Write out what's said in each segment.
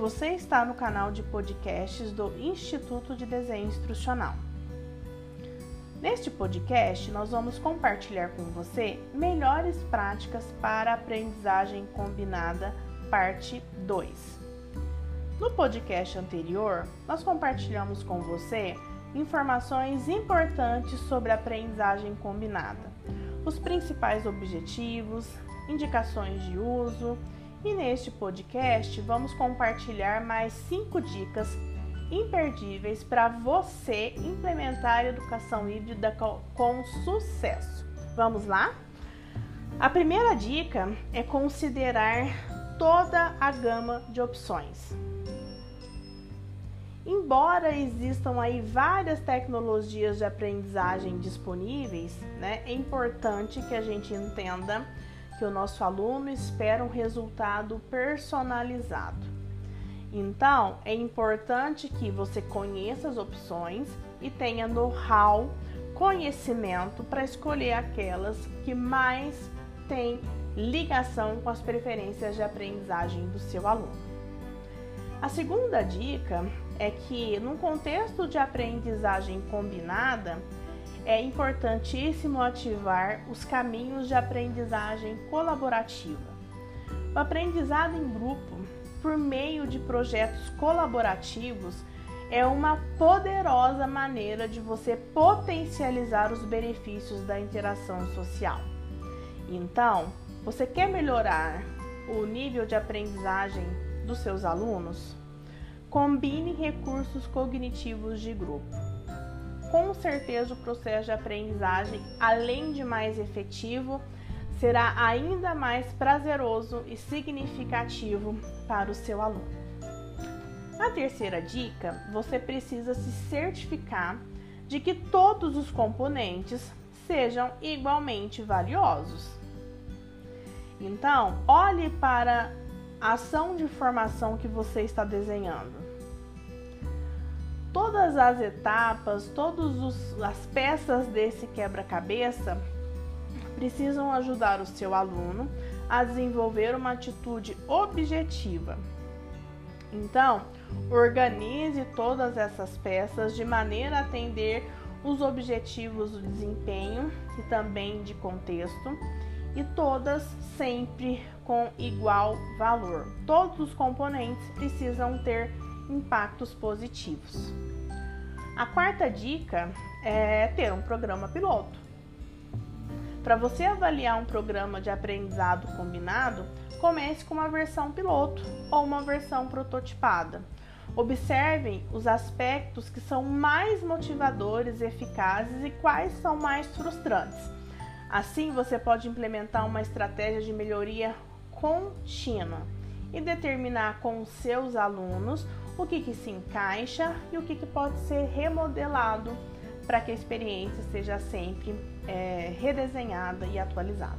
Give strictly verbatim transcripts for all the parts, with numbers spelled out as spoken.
Você está no canal de podcasts do Instituto de Desenho Instrucional. Neste podcast, nós vamos compartilhar com você melhores práticas para aprendizagem combinada, parte dois. No podcast anterior, nós compartilhamos com você informações importantes sobre a aprendizagem combinada, os principais objetivos, indicações de uso, e neste podcast vamos compartilhar mais cinco dicas imperdíveis para você implementar a educação híbrida com sucesso. Vamos lá? A primeira dica é considerar toda a gama de opções. Embora existam aí várias tecnologias de aprendizagem disponíveis, né, é importante que a gente entenda que o nosso aluno espera um resultado personalizado. Então, é importante que você conheça as opções e tenha know-how, conhecimento para escolher aquelas que mais têm ligação com as preferências de aprendizagem do seu aluno. A segunda dica é que, num contexto de aprendizagem combinada, é importantíssimo ativar os caminhos de aprendizagem colaborativa. O aprendizado em grupo, por meio de projetos colaborativos, é uma poderosa maneira de você potencializar os benefícios da interação social. Então, você quer melhorar o nível de aprendizagem dos seus alunos? Combine recursos cognitivos de grupo. Com certeza o processo de aprendizagem, além de mais efetivo, será ainda mais prazeroso e significativo para o seu aluno. A terceira dica, você precisa se certificar de que todos os componentes sejam igualmente valiosos. Então, olhe para a ação de formação que você está desenhando. Todas as etapas, todas as peças desse quebra-cabeça precisam ajudar o seu aluno a desenvolver uma atitude objetiva. Então, organize todas essas peças de maneira a atender os objetivos do desempenho e também de contexto, e todas sempre com igual valor. Todos os componentes precisam ter impactos positivos. A quarta dica é ter um programa piloto. Para você avaliar um programa de aprendizado combinado, comece com uma versão piloto ou uma versão prototipada. Observem os aspectos que são mais motivadores, eficazes e quais são mais frustrantes. Assim, você pode implementar uma estratégia de melhoria contínua e determinar com os seus alunos o que, que se encaixa e o que, que pode ser remodelado para que a experiência seja sempre é, redesenhada e atualizada.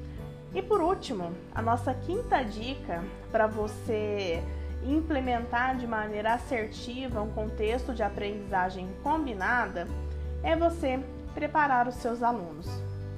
E por último, a nossa quinta dica para você implementar de maneira assertiva um contexto de aprendizagem combinada é você preparar os seus alunos.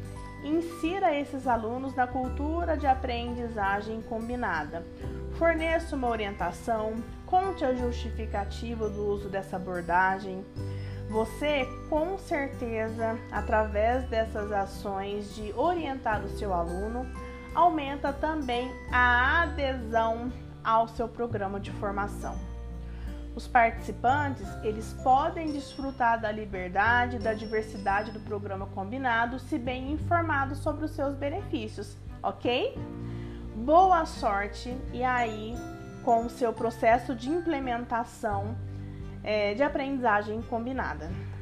Insira esses alunos na cultura de aprendizagem combinada. Forneça uma orientação, conte a justificativa do uso dessa abordagem. Você, com certeza, através dessas ações de orientar o seu aluno, aumenta também a adesão ao seu programa de formação. Os participantes, eles podem desfrutar da liberdade e da diversidade do programa combinado, se bem informados sobre os seus benefícios, ok? Boa sorte e aí com o seu processo de implementação é, de aprendizagem combinada.